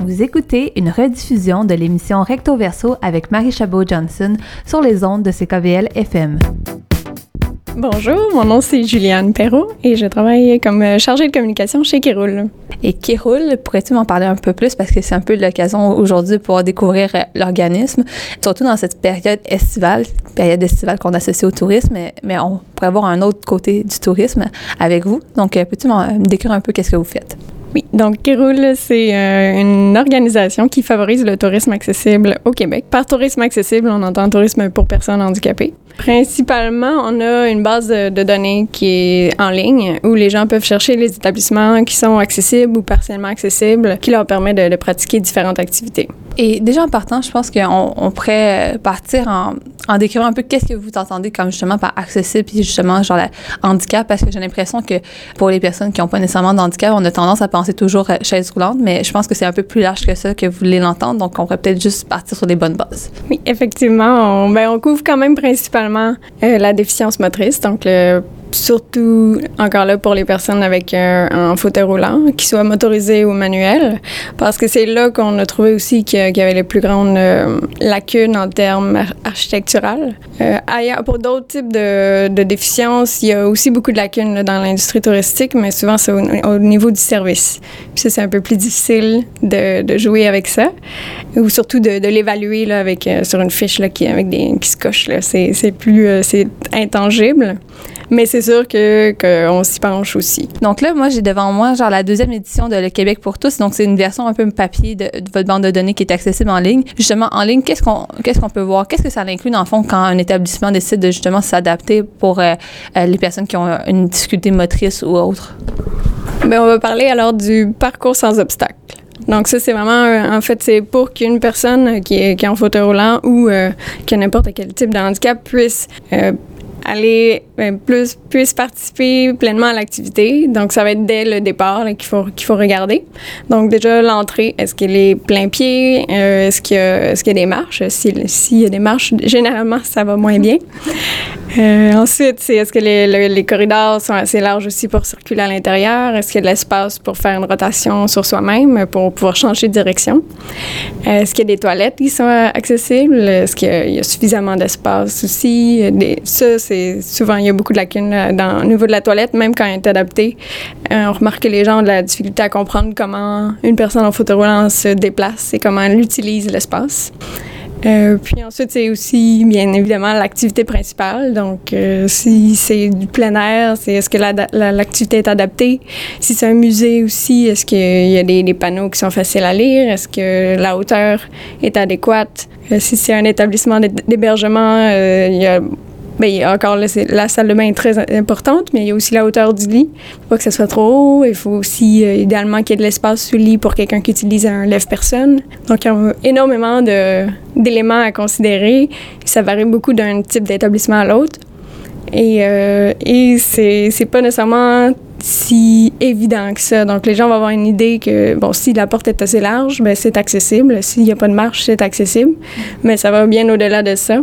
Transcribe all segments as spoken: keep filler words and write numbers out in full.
Vous écoutez une rediffusion de l'émission Recto Verso avec Marie Chabot-Johnson sur les ondes de C K V L F M. Bonjour, mon nom c'est Juliane Perrault et je travaille comme chargée de communication chez Kéroul. Et Kéroul, pourrais-tu m'en parler un peu plus parce que c'est un peu l'occasion aujourd'hui de pouvoir découvrir l'organisme, surtout dans cette période estivale, période estivale qu'on associe au tourisme, mais, mais on pourrait voir un autre côté du tourisme avec vous. Donc, peux-tu me décrire un peu qu'est-ce que vous faites? Oui, donc Kéroul, c'est euh, une organisation qui favorise le tourisme accessible au Québec. Par tourisme accessible, on entend tourisme pour personnes handicapées. Principalement, on a une base de, de données qui est en ligne où les gens peuvent chercher les établissements qui sont accessibles ou partiellement accessibles, qui leur permet de, de pratiquer différentes activités. Et déjà en partant, je pense qu'on on pourrait partir en, en décrivant un peu qu'est-ce que vous entendez comme justement par accessible puis justement genre le handicap, parce que j'ai l'impression que pour les personnes qui n'ont pas nécessairement de handicap, on a tendance à penser toujours chaise roulante, mais je pense que c'est un peu plus large que ça que vous voulez l'entendre, donc on pourrait peut-être juste partir sur des bonnes bases. Oui, effectivement, on, ben, on couvre quand même principalement euh, la déficience motrice, donc le surtout, encore là, pour les personnes avec un, un fauteuil roulant, qu'ils soient motorisés ou manuels, parce que c'est là qu'on a trouvé aussi qu'il y avait les plus grandes euh, lacunes en termes architecturaux. Euh, ailleurs, pour d'autres types de, de déficiences, il y a aussi beaucoup de lacunes là, dans l'industrie touristique, mais souvent c'est au, au niveau du service. Puis ça, c'est un peu plus difficile de, de jouer avec ça, ou surtout de, de l'évaluer là, avec, euh, sur une fiche là, qui, avec des, qui se coche. Là. C'est, c'est plus euh, c'est intangible. Mais c'est sûr que qu'on s'y penche aussi. Donc là, moi, j'ai devant moi genre la deuxième édition de Le Québec pour tous. Donc, c'est une version un peu papier de, de votre bande de données qui est accessible en ligne. Justement, en ligne, qu'est-ce qu'on qu'est-ce qu'on peut voir? Qu'est-ce que ça inclut, dans le fond, quand un établissement décide de justement s'adapter pour euh, les personnes qui ont une difficulté motrice ou autre? Bien, on va parler alors du parcours sans obstacle. Donc ça, c'est vraiment, en fait, c'est pour qu'une personne qui est, qui est en fauteuil roulant ou euh, qui a n'importe quel type de handicap puisse euh, aller ben, plus puisse participer pleinement à l'activité. Donc ça va être dès le départ là, qu'il faut qu'il faut regarder. Donc déjà l'entrée, est-ce qu'elle est plein pied, euh, est-ce qu'il y a est-ce qu'il y a des marches? S'il s'il y a des marches, généralement ça va moins bien. Euh, ensuite, c'est est-ce que les, les, les corridors sont assez larges aussi pour circuler à l'intérieur? Est-ce qu'il y a de l'espace pour faire une rotation sur soi-même pour pouvoir changer de direction? Euh, est-ce qu'il y a des toilettes qui sont accessibles? Est-ce qu'il y a, il y a suffisamment d'espace aussi? Des, ça, c'est souvent, il y a beaucoup de lacunes là, dans, au niveau de la toilette, même quand elle est adaptée. Euh, on remarque que les gens ont de la difficulté à comprendre comment une personne en fauteuil roulant se déplace et comment elle utilise l'espace. Euh, puis ensuite, c'est aussi, bien évidemment, l'activité principale. Donc, euh, si c'est du plein air, c'est est-ce que la, la, l'activité est adaptée? Si c'est un musée aussi, est-ce qu'il y a des, des panneaux qui sont faciles à lire? Est-ce que la hauteur est adéquate? Euh, si c'est un établissement d'hébergement, euh, il y a bien, encore là, c'est, la salle de bain est très importante, mais il y a aussi la hauteur du lit. Il ne faut pas que ce soit trop haut. Il faut aussi, euh, idéalement, qu'il y ait de l'espace sous le lit pour quelqu'un qui utilise un lève-personne. Donc, il y a énormément de, d'éléments à considérer. Ça varie beaucoup d'un type d'établissement à l'autre. Et, euh, et c'est, c'est pas nécessairement si évident que ça. Donc, les gens vont avoir une idée que, bon, si la porte est assez large, bien, c'est accessible. S'il n'y a pas de marche, c'est accessible. Mais ça va bien au-delà de ça.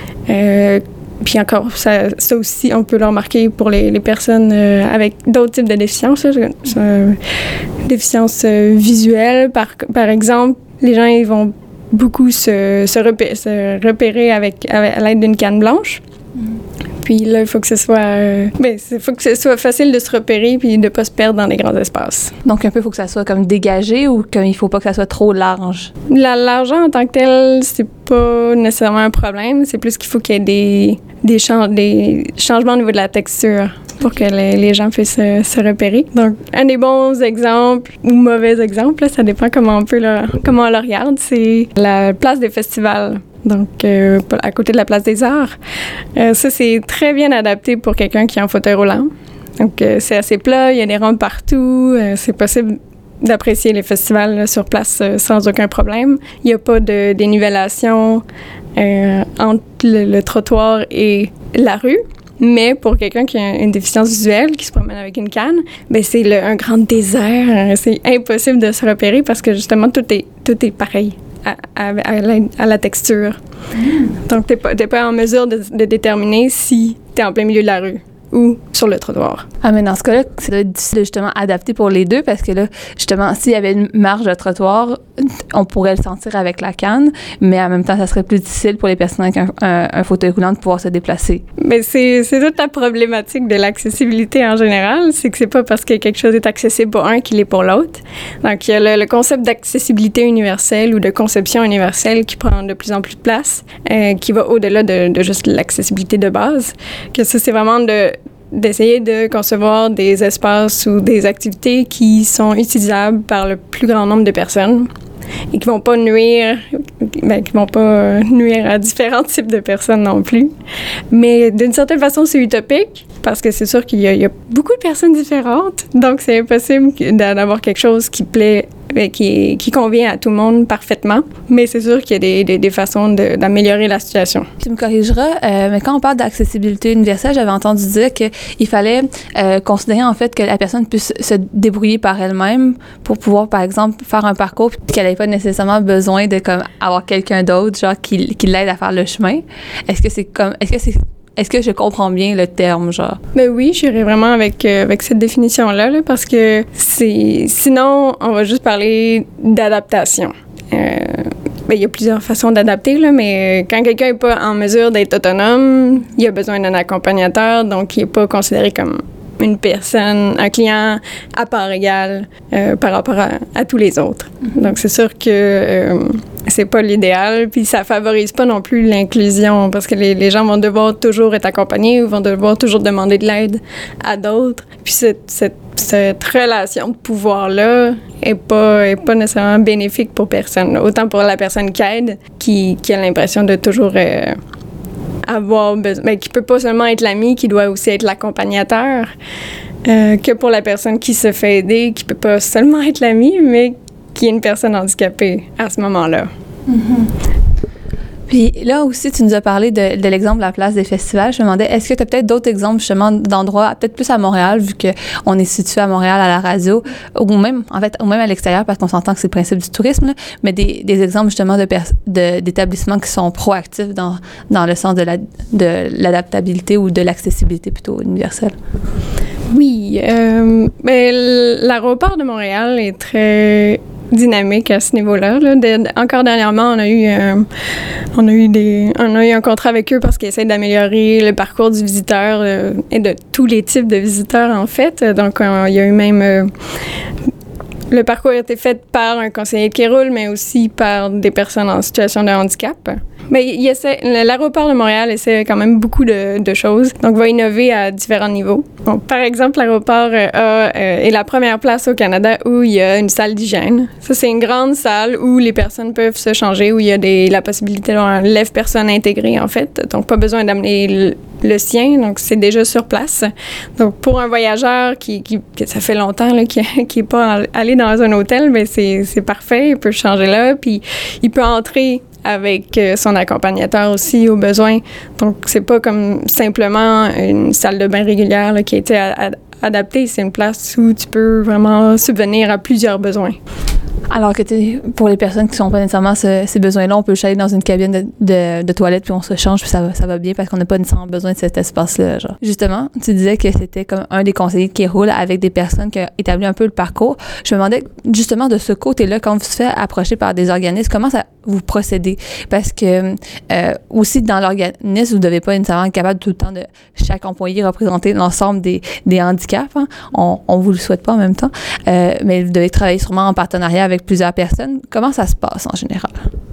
Euh, Puis encore, ça, ça aussi, on peut le remarquer pour les, les personnes euh, avec d'autres types de déficiences. Euh, déficience euh, visuelle, par, par exemple, les gens ils vont beaucoup se, se, repérer, se repérer avec, avec, à l'aide d'une canne blanche. Mm. Puis là, il faut que ce soit, euh, ben, il faut que ce soit facile de se repérer puis de ne pas se perdre dans les grands espaces. Donc, un peu, il faut que ça soit comme dégagé ou qu'il ne faut pas que ça soit trop large? La largeur en tant que telle, c'est pas nécessairement un problème. C'est plus qu'il faut qu'il y ait des, des, change, des changements au niveau de la texture pour que les, les gens puissent se, se repérer. Donc, un des bons exemples ou mauvais exemples, là, ça dépend comment on peut le, comment on le regarde, c'est la place des festivals. Donc, euh, à côté de la place des Arts. Euh, ça, c'est très bien adapté pour quelqu'un qui est en fauteuil roulant. Donc, euh, c'est assez plat, il y a des rampes partout. Euh, c'est possible d'apprécier les festivals là, sur place euh, sans aucun problème. Il n'y a pas de dénivellation euh, entre le, le trottoir et la rue. Mais pour quelqu'un qui a une déficience visuelle, qui se promène avec une canne, ben c'est le, un grand désert. C'est impossible de se repérer parce que justement, tout est, tout est pareil. À, à, à, la, à la texture. Mm. Donc, tu n'es pas, pas en mesure de, de déterminer si tu es en plein milieu de la rue ou sur le trottoir. Ah, mais dans ce cas-là, c'est difficile de justement adapter pour les deux parce que là, justement, s'il y avait une marge de trottoir, on pourrait le sentir avec la canne, mais en même temps, ça serait plus difficile pour les personnes avec un, un, un fauteuil roulant de pouvoir se déplacer. Mais c'est, c'est toute la problématique de l'accessibilité en général, c'est que c'est pas parce que quelque chose est accessible pour un qu'il est pour l'autre. Donc, il y a le, le concept d'accessibilité universelle ou de conception universelle qui prend de plus en plus de place, euh, qui va au-delà de, de juste l'accessibilité de base, que ça, c'est vraiment de d'essayer de concevoir des espaces ou des activités qui sont utilisables par le plus grand nombre de personnes et qui vont pas nuire, ben, qui vont pas nuire à différents types de personnes non plus. Mais d'une certaine façon, c'est utopique parce que c'est sûr qu'il y a, il y a beaucoup de personnes différentes, donc c'est impossible d'avoir quelque chose qui plaît, qui, qui convient à tout le monde parfaitement. Mais c'est sûr qu'il y a des, des, des façons de, d'améliorer la situation. Tu me corrigeras, euh, mais quand on parle d'accessibilité universelle, j'avais entendu dire qu'il fallait euh, considérer en fait que la personne puisse se débrouiller par elle-même pour pouvoir, par exemple, faire un parcours puis qu'elle n'ait pas nécessairement besoin de comme avoir quelqu'un d'autre, genre qui, qui l'aide à faire le chemin. Est-ce que c'est comme, est-ce que c'est Est-ce que je comprends bien le terme, genre? Ben oui, j'irais vraiment avec, euh, avec cette définition-là, là, parce que c'est... Sinon, on va juste parler d'adaptation. Euh, ben, il y a plusieurs façons d'adapter, là, mais quand quelqu'un n'est pas en mesure d'être autonome, il a besoin d'un accompagnateur, donc il n'est pas considéré comme une personne, un client à part égale euh, par rapport à, à tous les autres. Mm-hmm. Donc, c'est sûr que euh, c'est pas l'idéal, puis ça favorise pas non plus l'inclusion parce que les, les gens vont devoir toujours être accompagnés ou vont devoir toujours demander de l'aide à d'autres. Puis cette, cette, cette relation de pouvoir-là est pas, est pas nécessairement bénéfique pour personne. Autant pour la personne qui aide, qui, qui a l'impression de toujours... Euh, avoir besoin, ben, qui peut pas seulement être l'ami, qui doit aussi être l'accompagnateur, euh, que pour la personne qui se fait aider, qui peut pas seulement être l'ami, mais qui est une personne handicapée à ce moment-là. Mm-hmm. Puis là aussi, tu nous as parlé de, de l'exemple de la place des festivals. Je me demandais, est-ce que tu as peut-être d'autres exemples justement d'endroits, peut-être plus à Montréal, vu qu'on est situé à Montréal à la radio, ou même, en fait, ou même à l'extérieur, parce qu'on s'entend que c'est le principe du tourisme, là, mais des, des exemples justement de pers- de, d'établissements qui sont proactifs dans, dans le sens de, la, de l'adaptabilité ou de l'accessibilité plutôt universelle. Oui, euh, ben, l'aéroport de Montréal est très dynamique à ce niveau-là. Là. De, de, encore dernièrement, on a eu euh, on a eu des on a eu un contrat avec eux parce qu'ils essaient d'améliorer le parcours du visiteur euh, et de tous les types de visiteurs en fait. Donc euh, il y a eu même euh, le parcours a été fait par un conseiller qui roule, mais aussi par des personnes en situation de handicap. Mais il essaie, l'aéroport de Montréal essaie quand même beaucoup de, de choses, donc va innover à différents niveaux. Bon, par exemple, l'aéroport euh, a, euh, est la première place au Canada où il y a une salle d'hygiène. Ça, c'est une grande salle où les personnes peuvent se changer, où il y a des, la possibilité d'un lève-personne intégré, en fait. Donc, pas besoin d'amener le, le sien, donc c'est déjà sur place. Donc, pour un voyageur qui, qui que ça fait longtemps là, qui n'est pas allé dans un hôtel, mais c'est, c'est parfait, il peut changer là, puis il peut entrer avec son accompagnateur aussi au besoin. Donc, c'est pas comme simplement une salle de bain régulière là, qui a été a- a- adaptée. C'est une place où tu peux vraiment subvenir à plusieurs besoins. Alors que pour les personnes qui n'ont pas nécessairement ce, ces besoins-là, on peut juste aller dans une cabine de, de, de toilette puis on se change puis ça va, ça va bien parce qu'on n'a pas nécessairement besoin de cet espace-là. Genre. Justement, tu disais que c'était comme un des conseillers qui roule avec des personnes qui ont établi un peu le parcours. Je me demandais justement de ce côté-là, quand vous se faites approcher par des organismes, comment ça vous procédez? Parce que euh, aussi dans l'organisme, vous ne devez pas nécessairement être capable tout le temps de chaque employé représenter l'ensemble des, des handicaps. Hein. On ne vous le souhaite pas en même temps. Euh, mais vous devez travailler sûrement en partenariat avec plusieurs personnes. Comment ça se passe en général?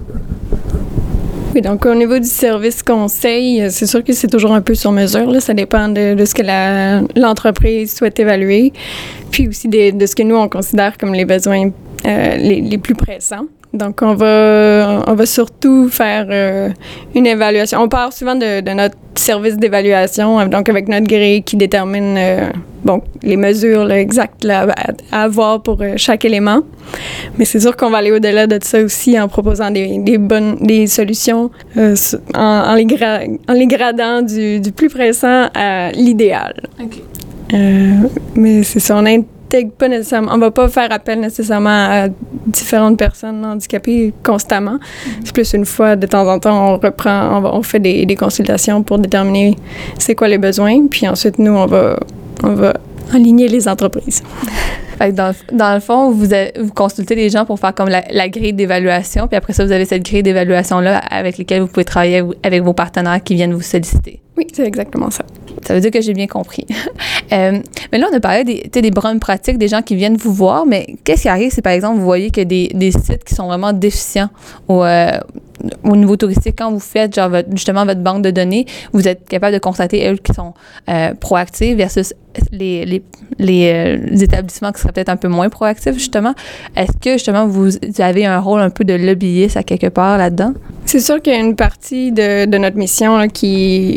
Oui, donc au niveau du service conseil, c'est sûr que c'est toujours un peu sur mesure. Là. Ça dépend de, de ce que la, l'entreprise souhaite évaluer, puis aussi de, de ce que nous, on considère comme les besoins euh, les, les plus pressants. Donc, on va, on va surtout faire euh, une évaluation. On part souvent de, de notre service d'évaluation, donc avec notre grille qui détermine euh, bon, les mesures là, exactes là, à, à avoir pour euh, chaque élément. Mais c'est sûr qu'on va aller au-delà de ça aussi en proposant des, des bonnes des solutions euh, en, en, les gra- en les gradant du, du plus pressant à l'idéal. Okay. Euh, mais c'est ça, on a intègre pas nécessairement, on va pas faire appel nécessairement à différentes personnes handicapées constamment. Mm-hmm. C'est plus une fois, de temps en temps, on reprend, on, va, on fait des, des consultations pour déterminer c'est quoi les besoins, puis ensuite, nous, on va, on va aligner les entreprises. Fait que dans, dans le fond, vous, avez, vous consultez les gens pour faire comme la, la grille d'évaluation, puis après ça, vous avez cette grille d'évaluation-là avec laquelle vous pouvez travailler avec vos partenaires qui viennent vous solliciter. Oui, c'est exactement ça. Ça veut dire que j'ai bien compris. euh, mais là, on a parlé des, des bonnes pratiques, des gens qui viennent vous voir, mais qu'est-ce qui arrive si, par exemple, vous voyez que des, des sites qui sont vraiment déficients au, euh, au niveau touristique, quand vous faites genre votre, justement votre banque de données, vous êtes capable de constater eux qui sont euh, proactifs versus les, les, les, euh, les établissements qui seraient peut-être un peu moins proactifs, justement. Est-ce que, justement, vous avez un rôle un peu de lobbyiste à quelque part là-dedans? C'est sûr qu'il y a une partie de, de notre mission là, qui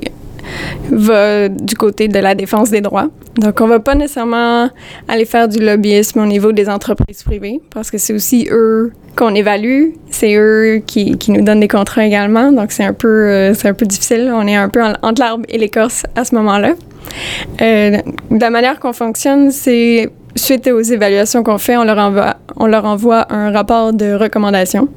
va du côté de la défense des droits. Donc, on va pas nécessairement aller faire du lobbyisme au niveau des entreprises privées parce que c'est aussi eux qu'on évalue, c'est eux qui, qui nous donnent des contrats également. Donc, c'est un peu, euh, c'est un peu difficile. On est un peu en, entre l'arbre et l'écorce à ce moment-là. Euh, de la manière qu'on fonctionne, c'est suite aux évaluations qu'on fait, on leur envoie, on leur envoie un rapport de recommandation.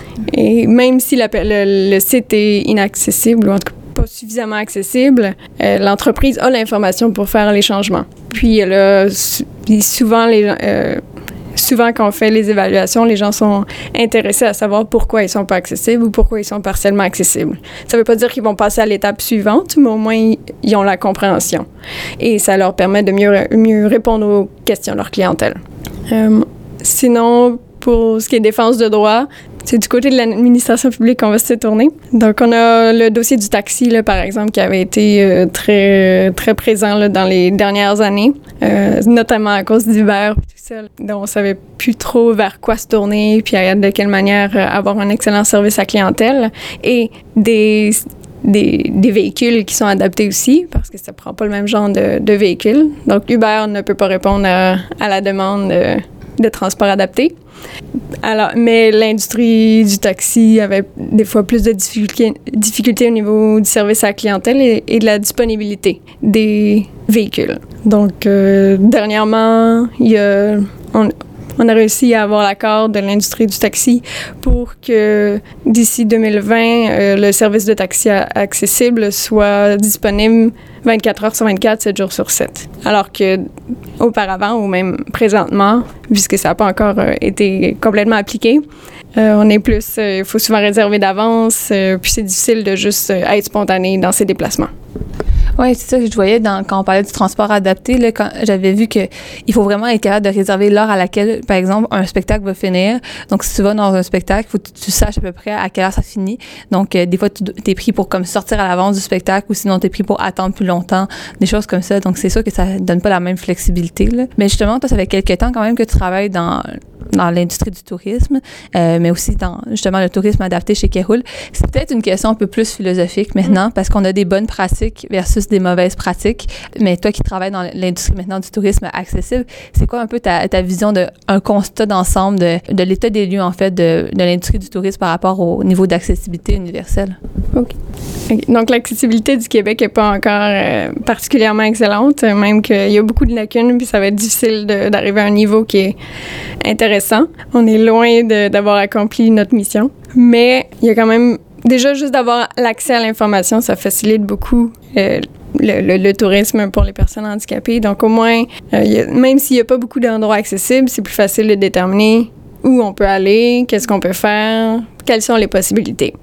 Et même si la, le, le site est inaccessible, ou en tout cas pas suffisamment accessible, euh, l'entreprise a l'information pour faire les changements. Puis là, souvent, les, euh, souvent quand on fait les évaluations, les gens sont intéressés à savoir pourquoi ils sont pas accessibles ou pourquoi ils sont partiellement accessibles. Ça veut pas dire qu'ils vont passer à l'étape suivante, mais au moins, ils ont la compréhension. Et ça leur permet de mieux, mieux répondre aux questions de leur clientèle. Euh, sinon, pour ce qui est défense de droit, c'est du côté de l'administration publique qu'on va se tourner. Donc, on a le dossier du taxi, là, par exemple, qui avait été euh, très, très présent là, dans les dernières années, euh, notamment à cause d'Uber et tout ça. Donc, on ne savait plus trop vers quoi se tourner, puis de quelle manière euh, avoir un excellent service à clientèle et des, des, des véhicules qui sont adaptés aussi, parce que ça ne prend pas le même genre de, de véhicule. Donc, Uber ne peut pas répondre à, à la demande de, de transport adapté. Alors, mais l'industrie du taxi avait des fois plus de difficultés, difficultés au niveau du service à la clientèle et, et de la disponibilité des véhicules. Donc, euh, dernièrement, il y a, on, on a réussi à avoir l'accord de l'industrie du taxi pour que d'ici deux mille vingt, euh, le service de taxi accessible soit disponible vingt-quatre heures sur vingt-quatre, sept jours sur sept. Alors que auparavant, ou même présentement, puisque ça n'a pas encore euh, été complètement appliqué, euh, on est plus, il euh, faut souvent réserver d'avance, euh, puis c'est difficile de juste euh, être spontané dans ses déplacements. Oui, c'est ça que je voyais dans, quand on parlait du transport adapté. Là, quand j'avais vu qu'il faut vraiment être capable de réserver l'heure à laquelle, par exemple, un spectacle va finir. Donc, si tu vas dans un spectacle, il faut que tu, tu saches à peu près à quelle heure ça finit. Donc, euh, des fois, tu es pris pour comme sortir à l'avance du spectacle ou sinon, tu es pris pour attendre plus longtemps, des choses comme ça. Donc, c'est sûr que ça donne pas la même flexibilité. Là. Mais justement, toi, ça fait quelques temps quand même que tu travailles dans dans l'industrie du tourisme, euh, mais aussi dans justement le tourisme adapté chez Keroul. C'est peut-être une question un peu plus philosophique maintenant, parce qu'on a des bonnes pratiques versus des mauvaises pratiques. Mais toi qui travailles dans l'industrie maintenant du tourisme accessible, c'est quoi un peu ta, ta vision de un constat d'ensemble de, de l'état des lieux en fait de, de l'industrie du tourisme par rapport au niveau d'accessibilité universelle? OK. Okay. Donc l'accessibilité du Québec n'est pas encore euh, particulièrement excellente, même qu'il y a beaucoup de lacunes, puis ça va être difficile de, d'arriver à un niveau qui est intéressant. On est loin de, d'avoir accompli notre mission, mais il y a quand même, déjà juste d'avoir l'accès à l'information, ça facilite beaucoup euh, le, le, le tourisme pour les personnes handicapées. Donc au moins, euh, y a, même s'il n'y a pas beaucoup d'endroits accessibles, c'est plus facile de déterminer où on peut aller, qu'est-ce qu'on peut faire, quelles sont les possibilités.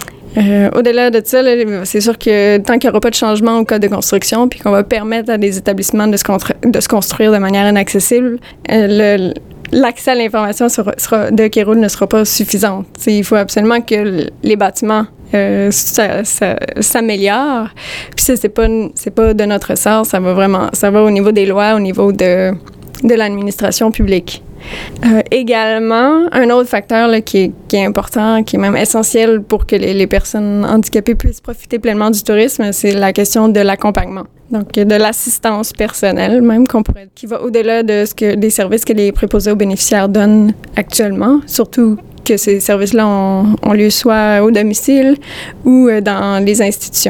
Euh, au-delà de ça, là, c'est sûr que tant qu'il n'y aura pas de changement au code de construction puis qu'on va permettre à des établissements de se, constru- de se construire de manière inaccessible, euh, le, l'accès à l'information sera, sera, de Keroul ne sera pas suffisant. T'sais, il faut absolument que les bâtiments euh, ça, ça, s'améliorent. Puis ça, c'est pas, c'est pas de notre ressort, ça va vraiment, ça va au niveau des lois, au niveau de, de l'administration publique. Euh, également, un autre facteur là, qui, est, qui est important, qui est même essentiel pour que les, les personnes handicapées puissent profiter pleinement du tourisme, c'est la question de l'accompagnement. Donc, de l'assistance personnelle, même, qu'on pourrait, qui va au-delà de ce que, des services que les préposés aux bénéficiaires donnent actuellement, surtout que ces services-là ont, ont lieu soit au domicile ou dans les institutions.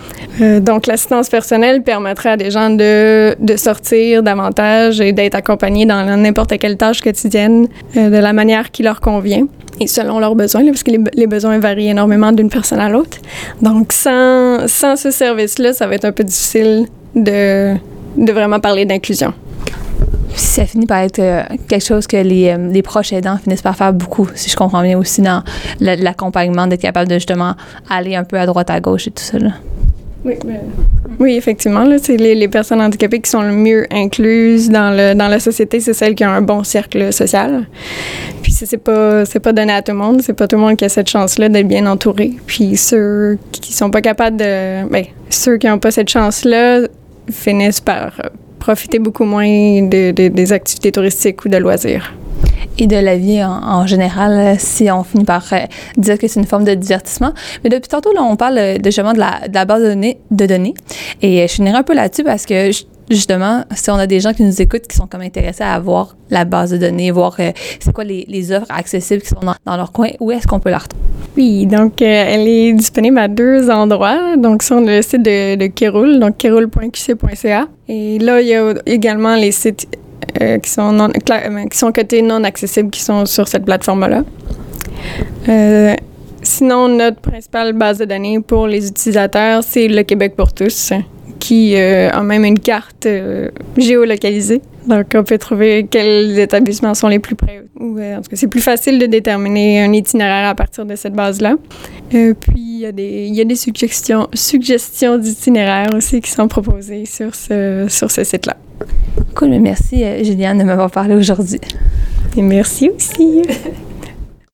Euh, donc, l'assistance personnelle permettrait à des gens de, de sortir davantage et d'être accompagnés dans n'importe quelle tâche quotidienne euh, de la manière qui leur convient et selon leurs besoins, là, parce que les, les besoins varient énormément d'une personne à l'autre. Donc, sans, sans ce service-là, ça va être un peu difficile de, de vraiment parler d'inclusion. Ça finit par être euh, quelque chose que les, euh, les proches aidants finissent par faire beaucoup, si je comprends bien, aussi dans le, l'accompagnement, d'être capable de justement aller un peu à droite, à gauche et tout ça, là. Oui, mais... oui, effectivement. Là, c'est les, les personnes handicapées qui sont le mieux incluses dans, le, dans la société, c'est celles qui ont un bon cercle social. Puis c'est, c'est pas c'est pas donné à tout le monde. C'est pas tout le monde qui a cette chance-là d'être bien entouré. Puis ceux qui sont pas capables de... Bien, ceux qui n'ont pas cette chance-là finissent par profiter beaucoup moins de, de, des activités touristiques ou de loisirs. Et de la vie en, en général, si on finit par euh, dire que c'est une forme de divertissement. Mais depuis tantôt, là, on parle de, justement de la, de la base de données, de données. Et euh, je finirai un peu là-dessus parce que, justement, si on a des gens qui nous écoutent qui sont comme intéressés à voir la base de données, voir euh, c'est quoi les, les œuvres accessibles qui sont dans, dans leur coin, où est-ce qu'on peut la retrouver? Oui, donc euh, elle est disponible à deux endroits, donc sur le site de, de Kéroul, donc kéroul point q c point c a. Et là, il y a également les sites Euh, qui sont non, qui sont cotés non accessibles qui sont sur cette plateforme-là. Euh, sinon, notre principale base de données pour les utilisateurs, c'est le Québec pour tous, qui euh, a même une carte euh, géolocalisée. Donc, on peut trouver quels établissements sont les plus près. Ou, euh, en tout cas, c'est plus facile de déterminer un itinéraire à partir de cette base-là. Euh, puis, il y a des, il y a des suggestions, suggestions d'itinéraires aussi qui sont proposées sur ce, sur ce site-là. Cool, mais merci, euh, Juliane, de m'avoir parlé aujourd'hui. Et merci aussi.